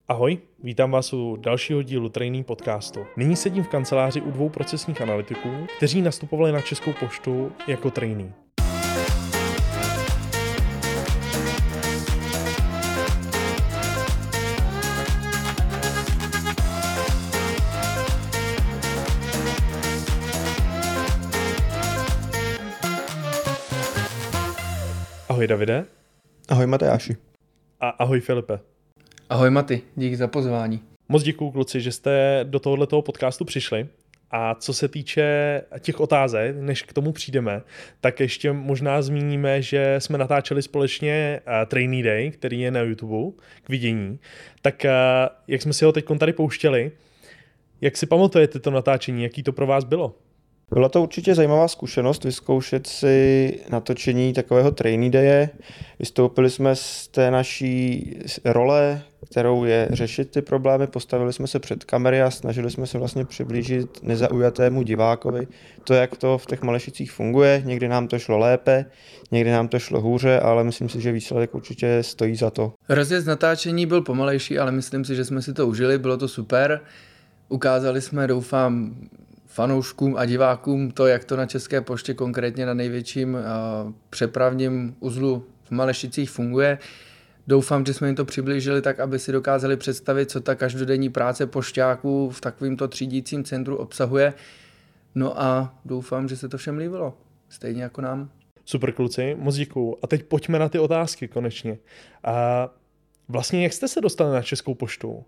Ahoj, vítám vás u dalšího dílu Training podcastu. Nyní sedím v kanceláři u dvou procesních analytiků, kteří nastupovali na Českou poštu jako trainee. Ahoj Davide. Ahoj Matejáši. A ahoj Filipe. Ahoj Maty, díky za pozvání. Moc děkuju kluci, že jste do tohoto podcastu přišli. A co se týče těch otázek, než k tomu přijdeme, tak ještě možná zmíníme, že jsme natáčeli společně Trainee Day, který je na YouTube k vidění. Tak jak jsme si ho teď tady pouštěli, jak si pamatujete to natáčení, jaký to pro vás bylo? Byla to určitě zajímavá zkušenost vyzkoušet si natočení takového Trainee Daye. Vystoupili jsme z té naší role, kterou je řešit ty problémy, postavili jsme se před kamery a snažili jsme se vlastně přiblížit nezaujatému divákovi to, jak to v těch Malešicích funguje. Někdy nám to šlo lépe, někdy nám to šlo hůře, ale myslím si, že výsledek určitě stojí za to. Rozjezd natáčení byl pomalejší, ale myslím si, že jsme si to užili, bylo to super. Ukázali jsme, doufám, fanouškům a divákům to, jak to na České poště, konkrétně na největším přepravním uzlu v Malešicích funguje. Doufám, že jsme jim to přiblížili tak, aby si dokázali představit, co ta každodenní práce pošťáků v takovémto třídícím centru obsahuje. No a doufám, že se to všem líbilo, stejně jako nám. Super kluci, moc děkuju. A teď pojďme na ty otázky konečně. A vlastně jak jste se dostali na Českou poštu?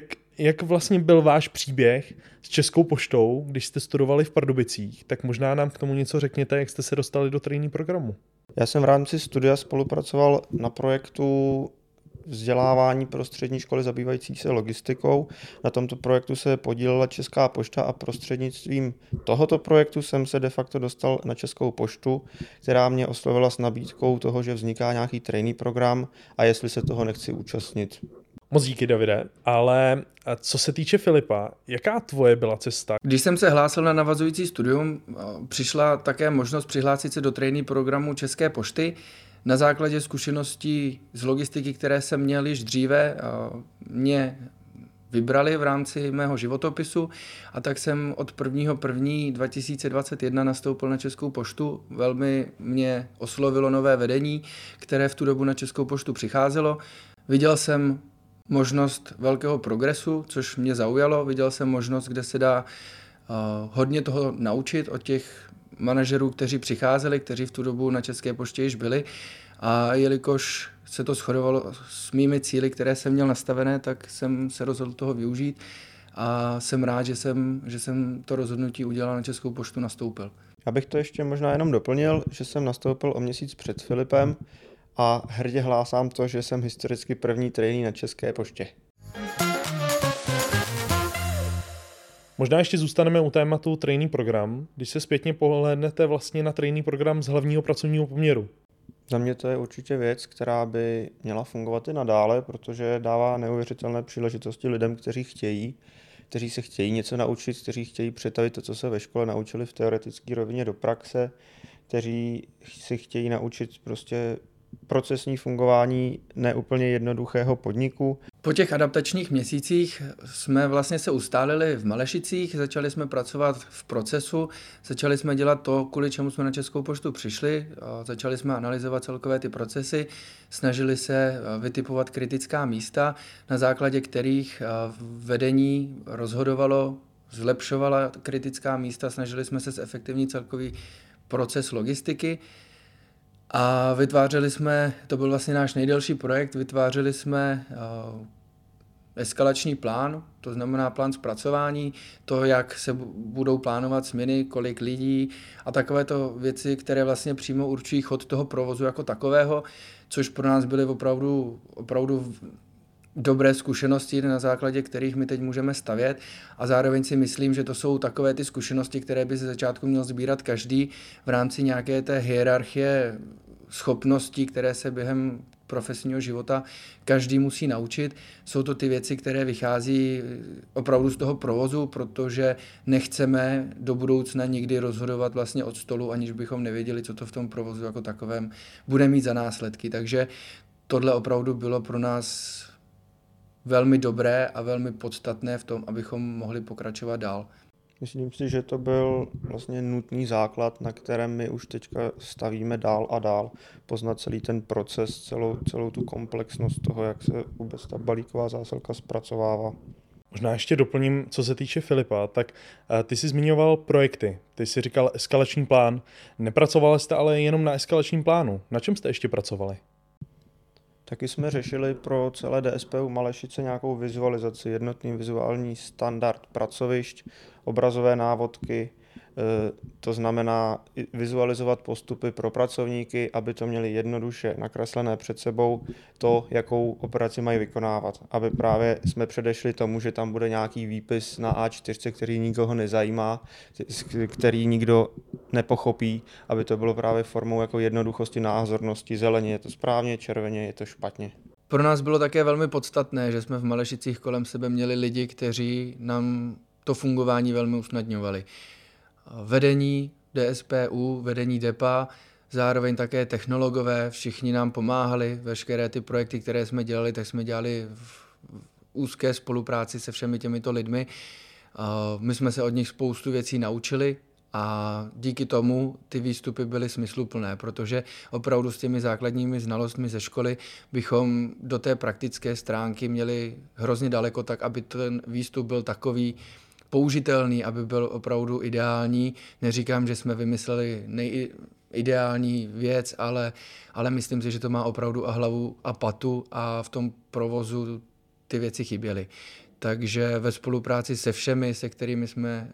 Jak vlastně byl váš příběh s Českou poštou, když jste studovali v Pardubicích? Tak možná nám k tomu něco řekněte, jak jste se dostali do trainee programu. Já jsem v rámci studia spolupracoval na projektu vzdělávání pro střední školy zabývající se logistikou. Na tomto projektu se podílela Česká pošta a prostřednictvím tohoto projektu jsem se de facto dostal na Českou poštu, která mě oslovila s nabídkou toho, že vzniká nějaký trainee program a jestli se toho nechci účastnit. Moc díky, Davide, ale co se týče Filipa, jaká tvoje byla cesta? Když jsem se hlásil na navazující studium, přišla také možnost přihlásit se do trainee programu České pošty. Na základě zkušeností z logistiky, které jsem měl již dříve, mě vybrali v rámci mého životopisu a tak jsem od 1.1.2021 nastoupil na Českou poštu. Velmi mě oslovilo nové vedení, které v tu dobu na Českou poštu přicházelo. Viděl jsem možnost velkého progresu, což mě zaujalo. Viděl jsem možnost, kde se dá hodně toho naučit od těch manažerů, kteří přicházeli, kteří v tu dobu na České poště již byli. A jelikož se to shodovalo s mými cíli, které jsem měl nastavené, tak jsem se rozhodl toho využít a jsem rád, že jsem to rozhodnutí udělal, na Českou poštu nastoupil. Já bych to ještě možná jenom doplnil, že jsem nastoupil o měsíc před Filipem a hrdě hlásám to, že jsem historicky první trainee na České poště. Možná ještě zůstaneme u tématu trainee program, když se zpětně pohlédnete vlastně na trainee program z hlavního pracovního poměru. Za mě to je určitě věc, která by měla fungovat i nadále, protože dává neuvěřitelné příležitosti lidem, kteří se chtějí něco naučit, kteří chtějí přetavit to, co se ve škole naučili v teoretické rovině do praxe, kteří si chtějí naučit prostě procesní fungování neúplně jednoduchého podniku. Po těch adaptačních měsících jsme vlastně se ustálili v Malešicích, začali jsme pracovat v procesu, začali jsme dělat to, kvůli čemu jsme na Českou poštu přišli, začali jsme analyzovat celkové ty procesy, snažili se vytipovat kritická místa, na základě kterých vedení rozhodovalo, zlepšovala kritická místa, snažili jsme se zefektivnit celkový proces logistiky. A vytvářeli jsme, to byl vlastně náš nejdelší projekt, vytvářeli jsme eskalační plán, to znamená plán zpracování, to, jak se budou plánovat směny, kolik lidí a takovéto věci, které vlastně přímo určují chod toho provozu jako takového, což pro nás byly opravdu dobré zkušenosti, na základě kterých my teď můžeme stavět a zároveň si myslím, že to jsou takové ty zkušenosti, které by ze začátku měl sbírat každý v rámci nějaké té hierarchie schopností, které se během profesního života každý musí naučit. Jsou to ty věci, které vychází opravdu z toho provozu, protože nechceme do budoucna nikdy rozhodovat vlastně od stolu, aniž bychom nevěděli, co to v tom provozu jako takovém bude mít za následky. Takže tohle opravdu bylo pro nás velmi dobré a velmi podstatné v tom, abychom mohli pokračovat dál. Myslím si, že to byl vlastně nutný základ, na kterém my už teďka stavíme dál a dál. Poznat celý ten proces, celou tu komplexnost toho, jak se vůbec ta balíková zásilka zpracovává. Možná ještě doplním, co se týče Filipa, tak ty jsi zmiňoval projekty, ty jsi říkal eskalační plán, nepracovali jste ale jenom na eskalačním plánu, na čem jste ještě pracovali? Taky jsme řešili pro celé DSPU Malešice nějakou vizualizaci, jednotný vizuální standard pracovišť, obrazové návodky, to znamená vizualizovat postupy pro pracovníky, aby to měli jednoduše nakreslené před sebou, to, jakou operaci mají vykonávat. Aby právě jsme předešli tomu, že tam bude nějaký výpis na A4, který nikoho nezajímá, který nikdo nepochopí, aby to bylo právě formou jako jednoduchosti, názornosti, zeleně je to správně, červeně je to špatně. Pro nás bylo také velmi podstatné, že jsme v Malešicích kolem sebe měli lidi, kteří nám to fungování velmi usnadňovali. Vedení DSPU, vedení DEPA, zároveň také technologové, všichni nám pomáhali, veškeré ty projekty, které jsme dělali, tak jsme dělali v úzké spolupráci se všemi těmito lidmi. My jsme se od nich spoustu věcí naučili a díky tomu ty výstupy byly smysluplné, protože opravdu s těmi základními znalostmi ze školy bychom do té praktické stránky měli hrozně daleko, tak aby ten výstup byl takový použitelný, aby byl opravdu ideální. Neříkám, že jsme vymysleli ideální věc, ale myslím si, že to má opravdu a hlavu a patu a v tom provozu ty věci chyběly. Takže ve spolupráci se všemi, se kterými jsme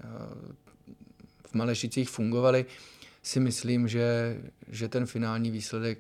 v Malešicích fungovali, si myslím, že ten finální výsledek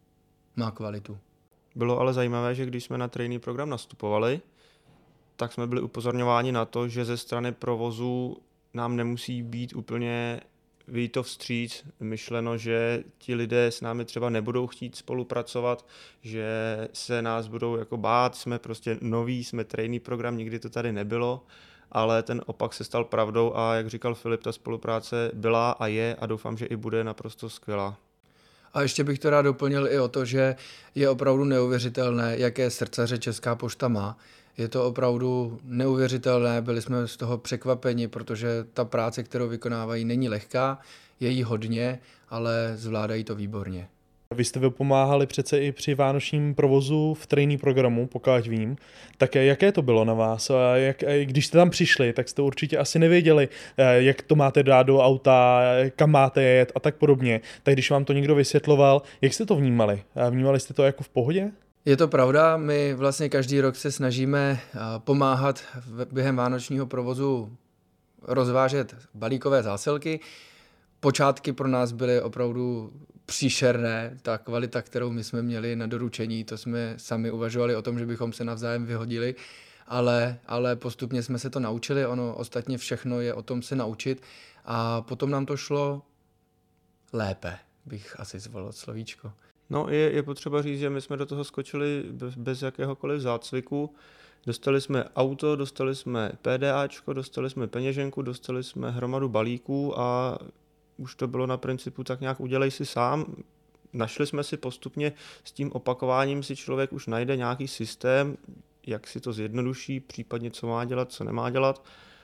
má kvalitu. Bylo ale zajímavé, že když jsme na trainee program nastupovali, tak jsme byli upozorňováni na to, že ze strany provozu nám nemusí být úplně vyjito vstříc, myšleno, že ti lidé s námi třeba nebudou chtít spolupracovat, že se nás budou jako bát, jsme prostě noví, jsme trainee program, nikdy to tady nebylo, ale ten opak se stal pravdou a jak říkal Filip, ta spolupráce byla a je a doufám, že i bude naprosto skvělá. A ještě bych to rád doplnil i o to, že je opravdu neuvěřitelné, jaké srdcaře Česká pošta má. Je to opravdu neuvěřitelné, byli jsme z toho překvapeni, protože ta práce, kterou vykonávají, není lehká, je jí hodně, ale zvládají to výborně. Vy jste vypomáhali přece i při vánočním provozu v trainee programu, pokud vím. Tak jaké to bylo na vás? Když jste tam přišli, tak jste určitě asi nevěděli, jak to máte dát do auta, kam máte jet a tak podobně. Tak když vám to někdo vysvětloval, jak jste to vnímali? Vnímali jste to jako v pohodě? Je to pravda, my vlastně každý rok se snažíme pomáhat během vánočního provozu rozvážet balíkové zásilky. Počátky pro nás byly opravdu příšerné, ta kvalita, kterou my jsme měli na doručení, to jsme sami uvažovali o tom, že bychom se navzájem vyhodili, ale postupně jsme se to naučili, ono ostatně všechno je o tom se naučit a potom nám to šlo lépe, bych asi zvolil slovíčko. No je potřeba říct, že my jsme do toho skočili bez jakéhokoliv zácviku. Dostali jsme auto, dostali jsme PDAčko, dostali jsme peněženku, dostali jsme hromadu balíků a už to bylo na principu tak nějak udělej si sám. Našli jsme si postupně s tím opakováním si člověk už najde nějaký systém, jak si to zjednoduší, případně co má dělat, co nemá dělat.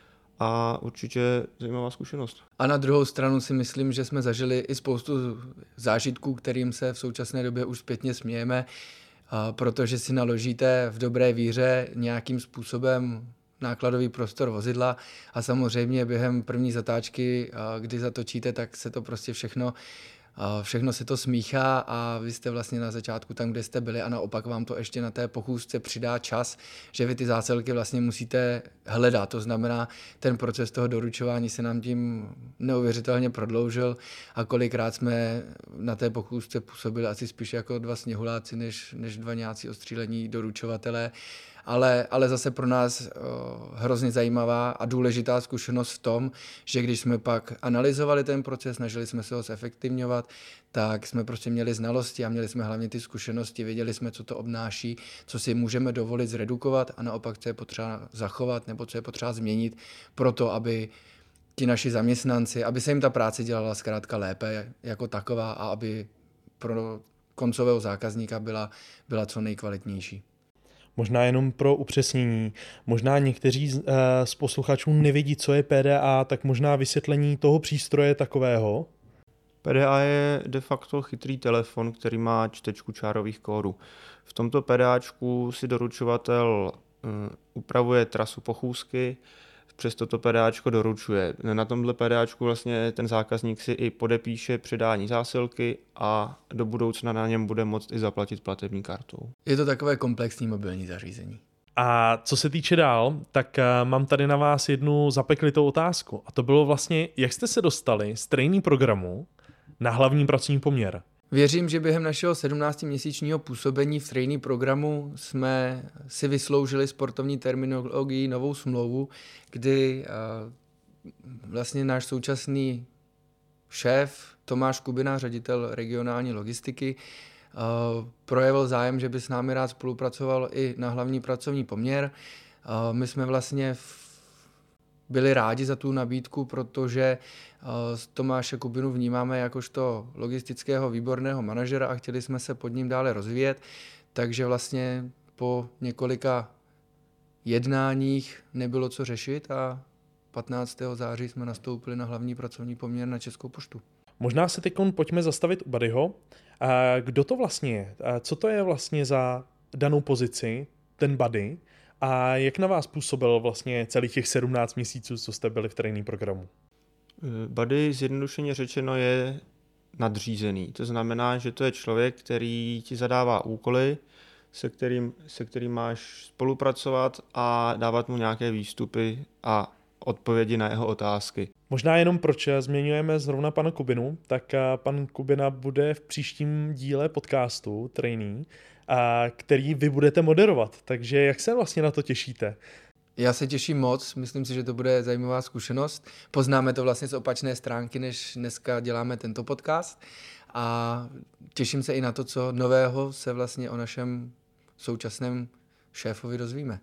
A určitě zajímavá zkušenost. A na druhou stranu si myslím, že jsme zažili i spoustu zážitků, kterým se v současné době už zpětně smějeme, protože si naložíte v dobré víře nějakým způsobem nákladový prostor vozidla a samozřejmě během první zatáčky, kdy zatočíte, tak se to prostě všechno se to smíchá a vy jste vlastně na začátku tam, kde jste byli a naopak vám to ještě na té pochůzce přidá čas, že vy ty zásilky vlastně musíte hledat. To znamená, ten proces toho doručování se nám tím neuvěřitelně prodloužil a kolikrát jsme na té pochůzce působili asi spíš jako dva sněhuláci, než dva nějací ostřílení doručovatelé. Ale zase pro nás hrozně zajímavá a důležitá zkušenost v tom, že když jsme pak analyzovali ten proces, snažili jsme se ho zefektivňovat, tak jsme prostě měli znalosti a měli jsme hlavně ty zkušenosti, věděli jsme, co to obnáší, co si můžeme dovolit zredukovat a naopak, co je potřeba zachovat nebo co je potřeba změnit proto, aby ti naši zaměstnanci, aby se jim ta práce dělala zkrátka lépe jako taková a aby pro koncového zákazníka byla co nejkvalitnější. Možná jenom pro upřesnění. Možná někteří z posluchačů nevědí, co je PDA, tak možná vysvětlení toho přístroje takového. PDA je de facto chytrý telefon, který má čtečku čárových kódů. V tomto PDAčku si doručovatel upravuje trasu pochůzky, přes toto PDAčko doručuje. Na tomhle PDAčku vlastně ten zákazník si i podepíše předání zásilky a do budoucna na něm bude moct i zaplatit platební kartou. Je to takové komplexní mobilní zařízení. A co se týče dál, tak mám tady na vás jednu zapeklitou otázku. A to bylo vlastně, jak jste se dostali z trainee programu na hlavní pracovní poměr? Věřím, že během našeho 17měsíčního působení v trainee programu jsme si vysloužili sportovní terminologii novou smlouvu, kdy vlastně náš současný šéf Tomáš Kubina, ředitel regionální logistiky, projevil zájem, že by s námi rád spolupracoval i na hlavní pracovní poměr. My jsme vlastně byli rádi za tu nabídku, protože Tomáše Kubinu vnímáme jakožto logistického výborného manažera a chtěli jsme se pod ním dále rozvíjet, takže vlastně po několika jednáních nebylo co řešit a 15. září jsme nastoupili na hlavní pracovní poměr na Českou poštu. Možná se teď pojďme zastavit u Buddyho. Kdo to vlastně je? Co to je vlastně za danou pozici, ten Buddy? A jak na vás působil vlastně celých těch 17 měsíců, co jste byli v trainee programu? Buddy zjednodušeně řečeno je nadřízený. To znamená, že to je člověk, který ti zadává úkoly, se kterým máš spolupracovat a dávat mu nějaké výstupy a odpovědi na jeho otázky. Možná jenom proč zmiňujeme zrovna pana Kubinu, tak pan Kubina bude v příštím díle podcastu Trainee, který vy budete moderovat. Takže jak se vlastně na to těšíte? Já se těším moc, myslím si, že to bude zajímavá zkušenost. Poznáme to vlastně z opačné stránky, než dneska děláme tento podcast. A těším se i na to, co nového se vlastně o našem současném šéfovi dozvíme.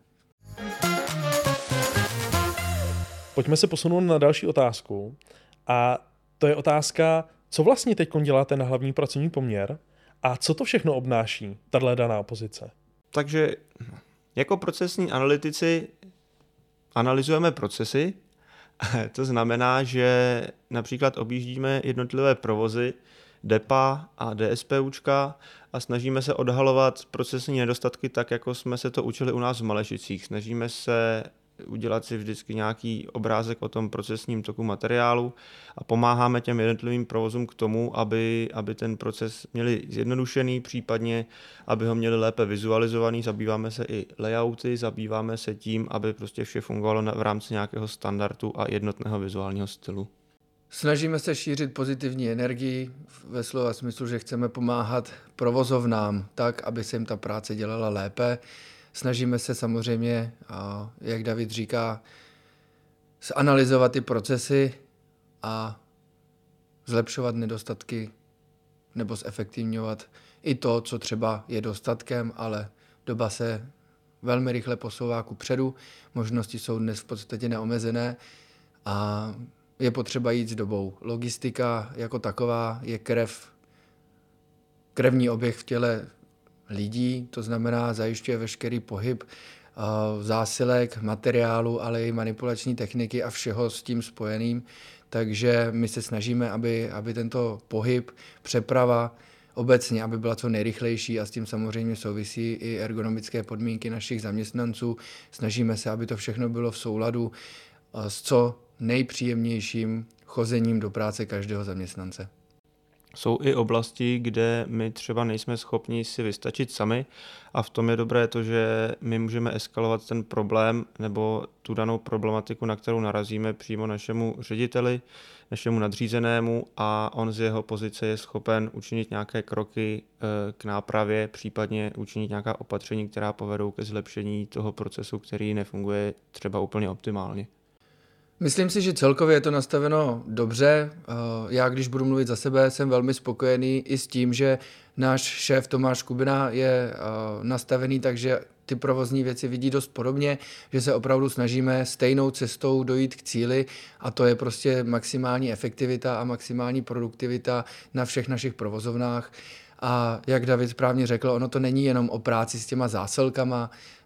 Pojďme se posunout na další otázku. A to je otázka, co vlastně teď děláte na hlavní pracovní poměr a co to všechno obnáší, tato daná pozice? Takže jako procesní analytici analyzujeme procesy. To znamená, že například objíždíme jednotlivé provozy, depa a DSPUčka a snažíme se odhalovat procesní nedostatky tak, jako jsme se to učili u nás v Malešicích. Snažíme se udělat si vždycky nějaký obrázek o tom procesním toku materiálu a pomáháme těm jednotlivým provozům k tomu, aby ten proces měli zjednodušený, případně aby ho měli lépe vizualizovaný. Zabýváme se i layouty, zabýváme se tím, aby prostě vše fungovalo v rámci nějakého standardu a jednotného vizuálního stylu. Snažíme se šířit pozitivní energii ve slova smyslu, že chceme pomáhat provozovnám tak, aby se jim ta práce dělala lépe. Snažíme se samozřejmě, jak David říká, zanalyzovat ty procesy a zlepšovat nedostatky nebo zefektivňovat i to, co třeba je dostatkem, ale doba se velmi rychle posouvá kupředu, možnosti jsou dnes v podstatě neomezené a je potřeba jít s dobou. Logistika jako taková je krevní oběh v těle lidí, to znamená zajišťuje veškerý pohyb zásilek, materiálu, ale i manipulační techniky a všeho s tím spojeným. Takže my se snažíme, aby tento pohyb, přeprava obecně, aby byla co nejrychlejší a s tím samozřejmě souvisí i ergonomické podmínky našich zaměstnanců. Snažíme se, aby to všechno bylo v souladu s co nejpříjemnějším chozením do práce každého zaměstnance. Jsou i oblasti, kde my třeba nejsme schopni si vystačit sami a v tom je dobré to, že my můžeme eskalovat ten problém nebo tu danou problematiku, na kterou narazíme přímo našemu řediteli, našemu nadřízenému a on z jeho pozice je schopen učinit nějaké kroky k nápravě, případně učinit nějaká opatření, která povedou ke zlepšení toho procesu, který nefunguje třeba úplně optimálně. Myslím si, že celkově je to nastaveno dobře. Já, když budu mluvit za sebe, jsem velmi spokojený i s tím, že náš šéf Tomáš Kubina je nastavený tak, že ty provozní věci vidí dost podobně, že se opravdu snažíme stejnou cestou dojít k cíli a to je prostě maximální efektivita a maximální produktivita na všech našich provozovnách. A jak David správně řekl, ono to není jenom o práci s těma zásilkama,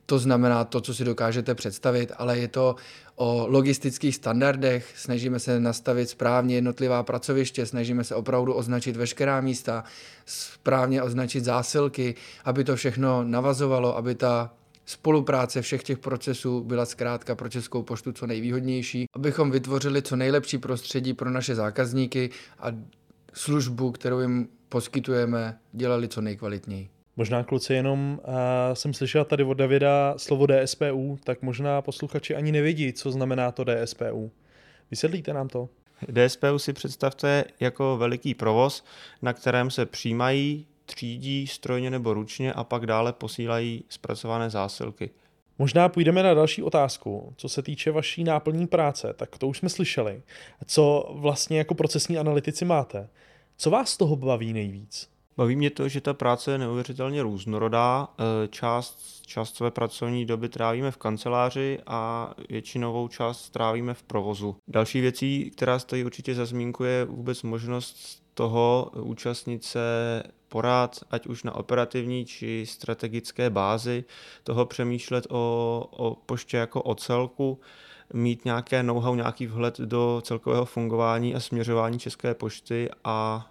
to znamená to, co si dokážete představit, ale je to o logistických standardech, snažíme se nastavit správně jednotlivá pracoviště, snažíme se opravdu označit veškerá místa, správně označit zásilky, aby to všechno navazovalo, aby ta spolupráce všech těch procesů byla zkrátka pro Českou poštu co nejvýhodnější, abychom vytvořili co nejlepší prostředí pro naše zákazníky a službu, kterou jim poskytujeme, dělali co nejkvalitněji. Možná kluci jenom jsem slyšel tady od Davida slovo DSPU, tak možná posluchači ani nevědí, co znamená to DSPU. Vysvětlíte nám to? DSPU si představte jako veliký provoz, na kterém se přijímají, třídí strojně nebo ručně a pak dále posílají zpracované zásilky. Možná půjdeme na další otázku. Co se týče vaší náplní práce, tak to už jsme slyšeli. Co vlastně jako procesní analytici máte? Co vás z toho baví nejvíc? Baví mě to, že ta práce je neuvěřitelně různorodá. Část své pracovní doby trávíme v kanceláři a většinovou část trávíme v provozu. Další věcí, která stojí určitě za zmínku, je vůbec možnost toho účastnit se porad, ať už na operativní či strategické bázi, toho přemýšlet o poště jako o celku, mít nějaké know-how, nějaký vhled do celkového fungování a směřování České pošty a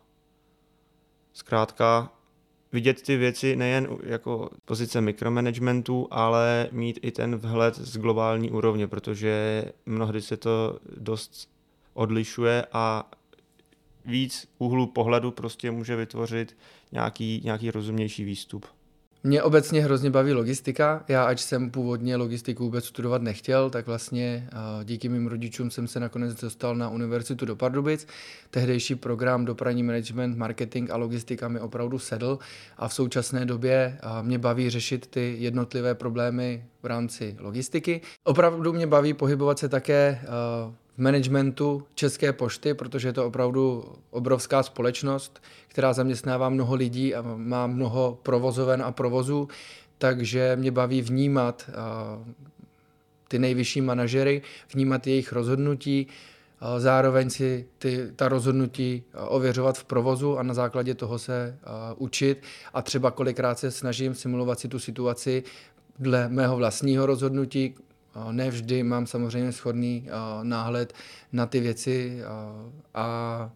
zkrátka vidět ty věci nejen jako pozice mikromanagementu, ale mít i ten vhled z globální úrovně, protože mnohdy se to dost odlišuje a víc úhlů pohledu prostě může vytvořit nějaký rozumnější výstup. Mě obecně hrozně baví logistika. Já, ač jsem původně logistiku vůbec studovat nechtěl, tak vlastně díky mým rodičům jsem se nakonec dostal na univerzitu do Pardubic. Tehdejší program dopravní management, marketing a logistika mi opravdu sedl a v současné době mě baví řešit ty jednotlivé problémy v rámci logistiky. Opravdu mě baví pohybovat se také v managementu České pošty, protože je to opravdu obrovská společnost, která zaměstnává mnoho lidí a má mnoho provozoven a provozů, takže mě baví vnímat ty nejvyšší manažery, vnímat jejich rozhodnutí, zároveň si ta rozhodnutí ověřovat v provozu a na základě toho se učit a třeba kolikrát se snažím simulovat si tu situaci dle mého vlastního rozhodnutí. Ne vždy mám samozřejmě shodný náhled na ty věci a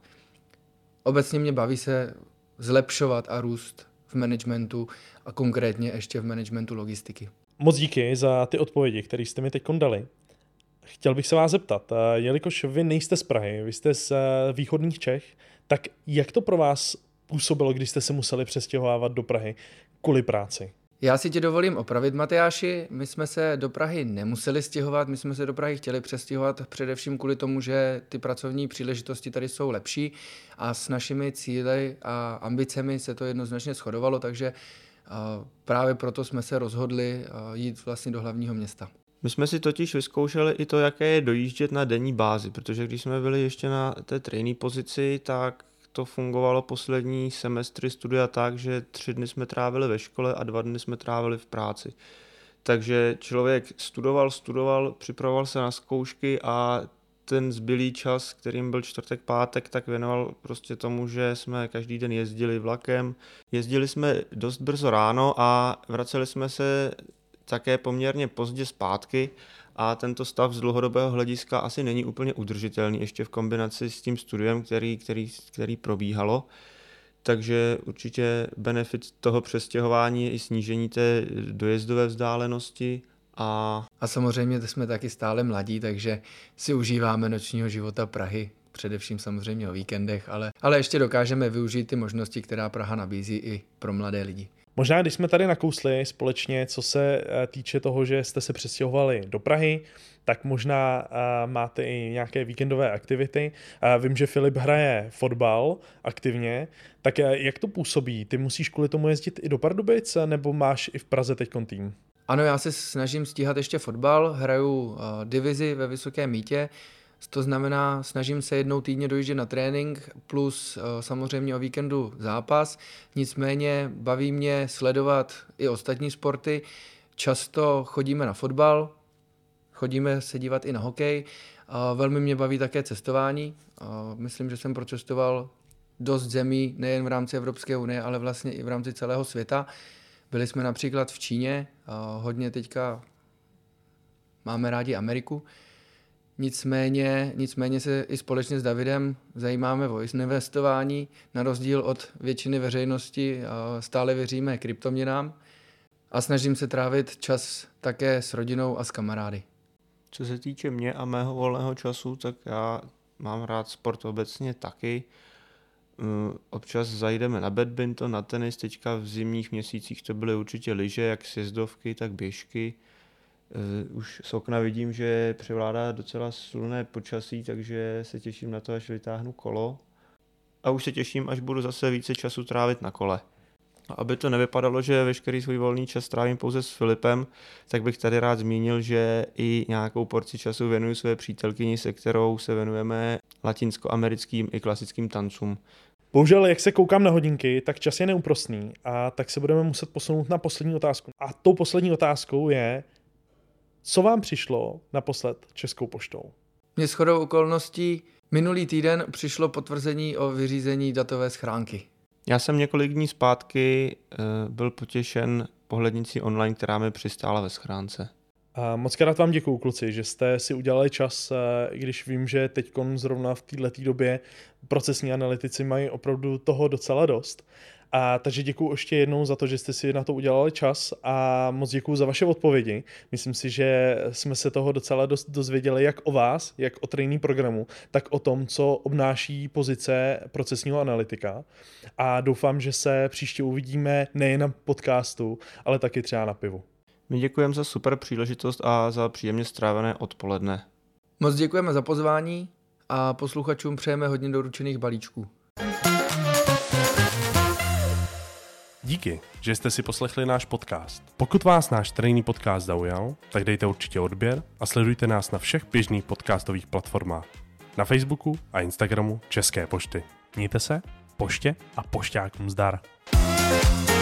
obecně mě baví se zlepšovat a růst v managementu a konkrétně ještě v managementu logistiky. Moc díky za ty odpovědi, které jste mi teď dali. Chtěl bych se vás zeptat, jelikož vy nejste z Prahy, vy jste z východních Čech, tak jak to pro vás působilo, když jste se museli přestěhovávat do Prahy kvůli práci? Já si tě dovolím opravit, Matyáši, my jsme se do Prahy nemuseli stěhovat, my jsme se do Prahy chtěli přestěhovat především kvůli tomu, že ty pracovní příležitosti tady jsou lepší a s našimi cíli a ambicemi se to jednoznačně shodovalo, takže právě proto jsme se rozhodli jít vlastně do hlavního města. My jsme si totiž vyzkoušeli i to, jaké je dojíždět na denní bázi, protože když jsme byli ještě na té trainee pozici, tak to fungovalo poslední semestry studia tak, že 3 dny jsme trávili ve škole a 2 dny jsme trávili v práci. Takže člověk studoval, připravoval se na zkoušky a ten zbylý čas, kterým byl čtvrtek, pátek, tak věnoval prostě tomu, že jsme každý den jezdili vlakem. Jezdili jsme dost brzo ráno a vraceli jsme se také poměrně pozdě zpátky a tento stav z dlouhodobého hlediska asi není úplně udržitelný ještě v kombinaci s tím studiem, který probíhalo. Takže určitě benefit toho přestěhování je i snížení té dojezdové vzdálenosti. A samozřejmě jsme taky stále mladí, takže si užíváme nočního života Prahy, především samozřejmě o víkendech, ale ještě dokážeme využít ty možnosti, která Praha nabízí i pro mladé lidi. Možná, když jsme tady nakousli společně, co se týče toho, že jste se přestěhovali do Prahy, tak možná máte i nějaké víkendové aktivity. Vím, že Filip hraje fotbal aktivně, tak jak to působí? Ty musíš kvůli tomu jezdit i do Pardubic, nebo máš i v Praze teďkon tým? Ano, já se snažím stíhat ještě fotbal, hraju divizi ve Vysokém Mýtě, to znamená, snažím se jednou týdně dojíždět na trénink, plus samozřejmě o víkendu zápas, nicméně baví mě sledovat i ostatní sporty, často chodíme na fotbal, chodíme se dívat i na hokej, velmi mě baví také cestování, myslím, že jsem procestoval dost zemí, nejen v rámci Evropské unie, ale vlastně i v rámci celého světa. Byli jsme například v Číně, hodně teďka máme rádi Ameriku, nicméně se i společně s Davidem zajímáme o investování, na rozdíl od většiny veřejnosti stále věříme kryptoměnám a snažím se trávit čas také s rodinou a s kamarády. Co se týče mě a mého volného času, tak já mám rád sport obecně taky. Občas zajdeme na badminton, na tenis, teďka v zimních měsících to byly určitě lyže, jak sjezdovky, tak běžky. Už z okna vidím, že převládá docela slunné počasí, takže se těším na to, až vytáhnu kolo. A už se těším, až budu zase více času trávit na kole. A aby to nevypadalo, že veškerý svůj volný čas trávím pouze s Filipem, tak bych tady rád zmínil, že i nějakou porci času věnuju své přítelkyni, se kterou se věnujeme latinskoamerickým i klasickým tancům. Bohužel, jak se koukám na hodinky, tak čas je neúprosný a tak se budeme muset posunout na poslední otázku. A tou poslední otázkou je, co vám přišlo naposled Českou poštou? Mně shodou okolností minulý týden přišlo potvrzení o vyřízení datové schránky. Já jsem několik dní zpátky byl potěšen pohlednicí online, která mi přistála ve schránce. A moc krát vám děkuju, kluci, že jste si udělali čas, i když vím, že teďkon zrovna v této době procesní analytici mají opravdu toho docela dost. Takže děkuju ještě jednou za to, že jste si na to udělali čas a moc děkuju za vaše odpovědi. Myslím si, že jsme se toho docela dost dozvěděli jak o vás, jak o training programu, tak o tom, co obnáší pozice procesního analytika. A doufám, že se příště uvidíme nejen na podcastu, ale taky třeba na pivu. My děkujeme za super příležitost a za příjemně strávené odpoledne. Moc děkujeme za pozvání a posluchačům přejeme hodně doručených balíčků. Díky, že jste si poslechli náš podcast. Pokud vás náš training podcast zaujal, tak dejte určitě odběr a sledujte nás na všech běžných podcastových platformách. Na Facebooku a Instagramu České pošty. Mějte se, poště a pošťákům zdar.